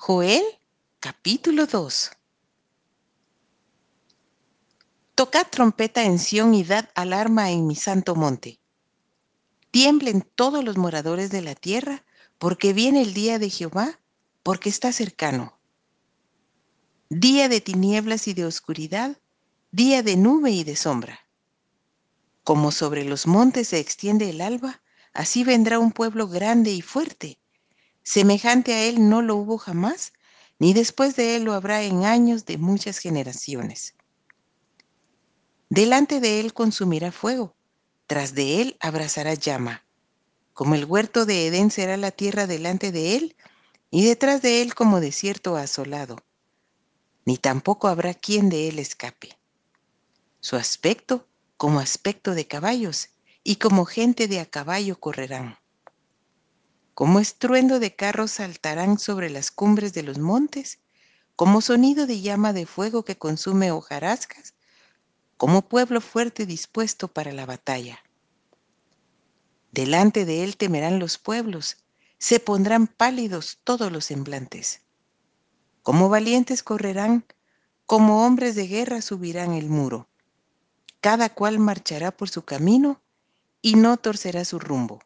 Joel, capítulo 2. Tocad trompeta en Sión y dad alarma en mi santo monte. Tiemblen todos los moradores de la tierra, porque viene el día de Jehová, porque está cercano. Día de tinieblas y de oscuridad, día de nube y de sombra. Como sobre los montes se extiende el alba, así vendrá un pueblo grande y fuerte. Semejante a él no lo hubo jamás, ni después de él lo habrá en años de muchas generaciones. Delante de él consumirá fuego, tras de él abrazará llama. Como el huerto de Edén será la tierra delante de él, y detrás de él como desierto asolado. Ni tampoco habrá quien de él escape. Su aspecto como aspecto de caballos, y como gente de a caballo correrán. Como estruendo de carros saltarán sobre las cumbres de los montes, como sonido de llama de fuego que consume hojarascas, como pueblo fuerte dispuesto para la batalla. Delante de él temerán los pueblos, se pondrán pálidos todos los semblantes. Como valientes correrán, como hombres de guerra subirán el muro. Cada cual marchará por su camino y no torcerá su rumbo.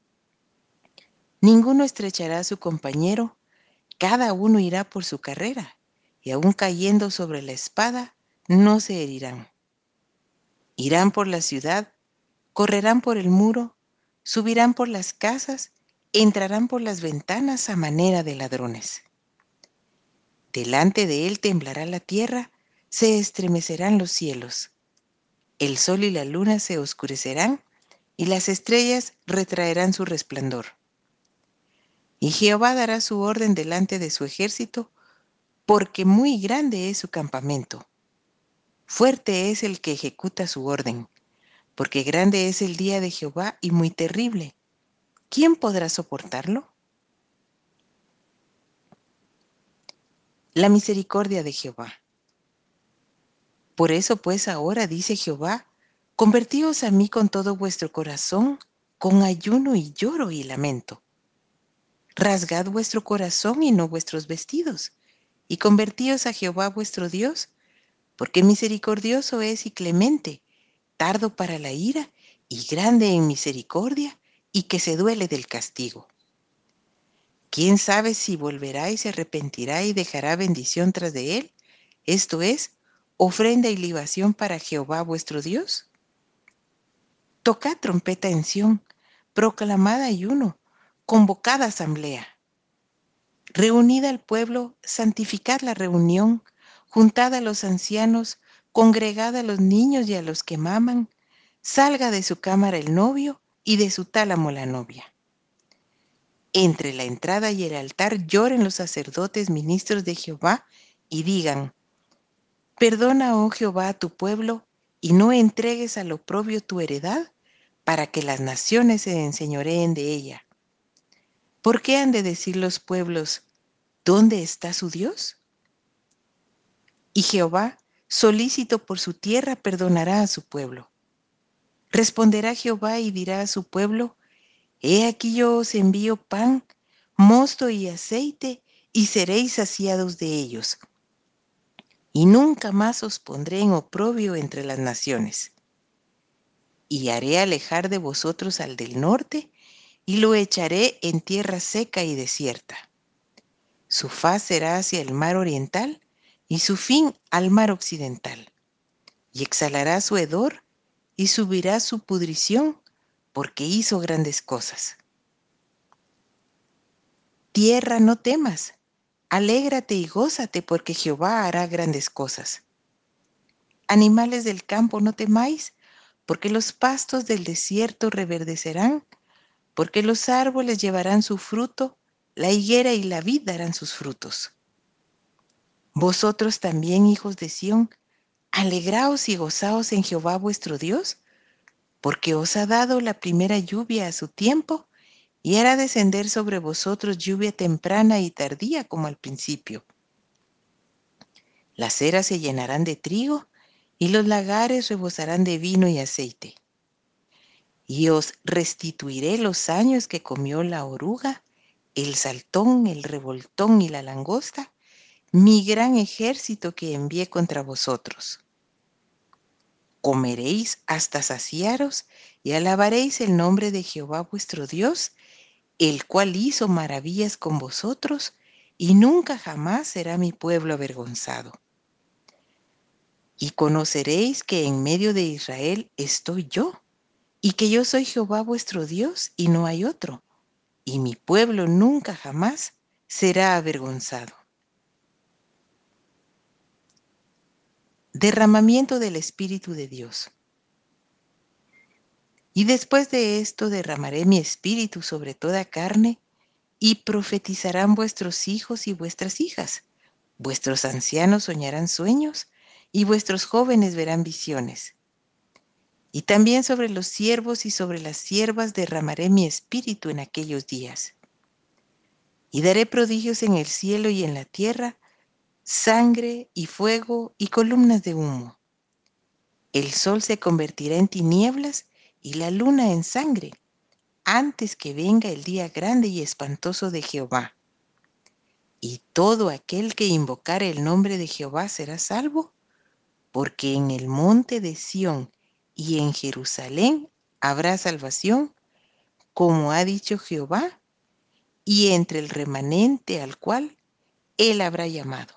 Ninguno estrechará a su compañero, cada uno irá por su carrera, y aun cayendo sobre la espada, no se herirán. Irán por la ciudad, correrán por el muro, subirán por las casas, entrarán por las ventanas a manera de ladrones. Delante de él temblará la tierra, se estremecerán los cielos. El sol y la luna se oscurecerán, y las estrellas retraerán su resplandor. Y Jehová dará su orden delante de su ejército, porque muy grande es su campamento. Fuerte es el que ejecuta su orden, porque grande es el día de Jehová y muy terrible. ¿Quién podrá soportarlo? La misericordia de Jehová. Por eso pues ahora dice Jehová, convertíos a mí con todo vuestro corazón, con ayuno y lloro y lamento. Rasgad vuestro corazón y no vuestros vestidos, y convertíos a Jehová vuestro Dios, porque misericordioso es y clemente, tardo para la ira y grande en misericordia, y que se duele del castigo. ¿Quién sabe si volverá y se arrepentirá y dejará bendición tras de él? Esto es, ofrenda y libación para Jehová vuestro Dios. Tocad trompeta en Sión, proclamad ayuno, convocad asamblea. Reunid al pueblo, santificad la reunión, juntad a los ancianos, congregad a los niños y a los que maman, salga de su cámara el novio y de su tálamo la novia. Entre la entrada y el altar lloren los sacerdotes ministros de Jehová y digan, perdona, oh Jehová, a tu pueblo, y no entregues al oprobio tu heredad, para que las naciones se enseñoreen de ella. ¿Por qué han de decir los pueblos, ¿dónde está su Dios? Y Jehová, solícito por su tierra, perdonará a su pueblo. Responderá Jehová y dirá a su pueblo, he aquí yo os envío pan, mosto y aceite, y seréis saciados de ellos. Y nunca más os pondré en oprobio entre las naciones. Y haré alejar de vosotros al del norte, y lo echaré en tierra seca y desierta. Su faz será hacia el mar oriental, y su fin al mar occidental. Y exhalará su hedor, y subirá su pudrición, porque hizo grandes cosas. Tierra, no temas, alégrate y gózate, porque Jehová hará grandes cosas. Animales del campo, no temáis, porque los pastos del desierto reverdecerán, porque los árboles llevarán su fruto, la higuera y la vid darán sus frutos. Vosotros también, hijos de Sión, alegraos y gozaos en Jehová vuestro Dios, porque os ha dado la primera lluvia a su tiempo, y hará descender sobre vosotros lluvia temprana y tardía como al principio. Las eras se llenarán de trigo, y los lagares rebosarán de vino y aceite. Y os restituiré los años que comió la oruga, el saltón, el revoltón y la langosta, mi gran ejército que envié contra vosotros. Comeréis hasta saciaros y alabaréis el nombre de Jehová vuestro Dios, el cual hizo maravillas con vosotros, y nunca jamás será mi pueblo avergonzado. Y conoceréis que en medio de Israel estoy yo, y que yo soy Jehová vuestro Dios, y no hay otro, y mi pueblo nunca jamás será avergonzado. Derramamiento del Espíritu de Dios. Y después de esto derramaré mi espíritu sobre toda carne, y profetizarán vuestros hijos y vuestras hijas. Vuestros ancianos soñarán sueños, y vuestros jóvenes verán visiones. Y también sobre los siervos y sobre las siervas derramaré mi espíritu en aquellos días. Y daré prodigios en el cielo y en la tierra, sangre y fuego y columnas de humo. El sol se convertirá en tinieblas y la luna en sangre, antes que venga el día grande y espantoso de Jehová. Y todo aquel que invocare el nombre de Jehová será salvo, porque en el monte de Sión y en Jerusalén habrá salvación, como ha dicho Jehová, y entre el remanente al cual él habrá llamado.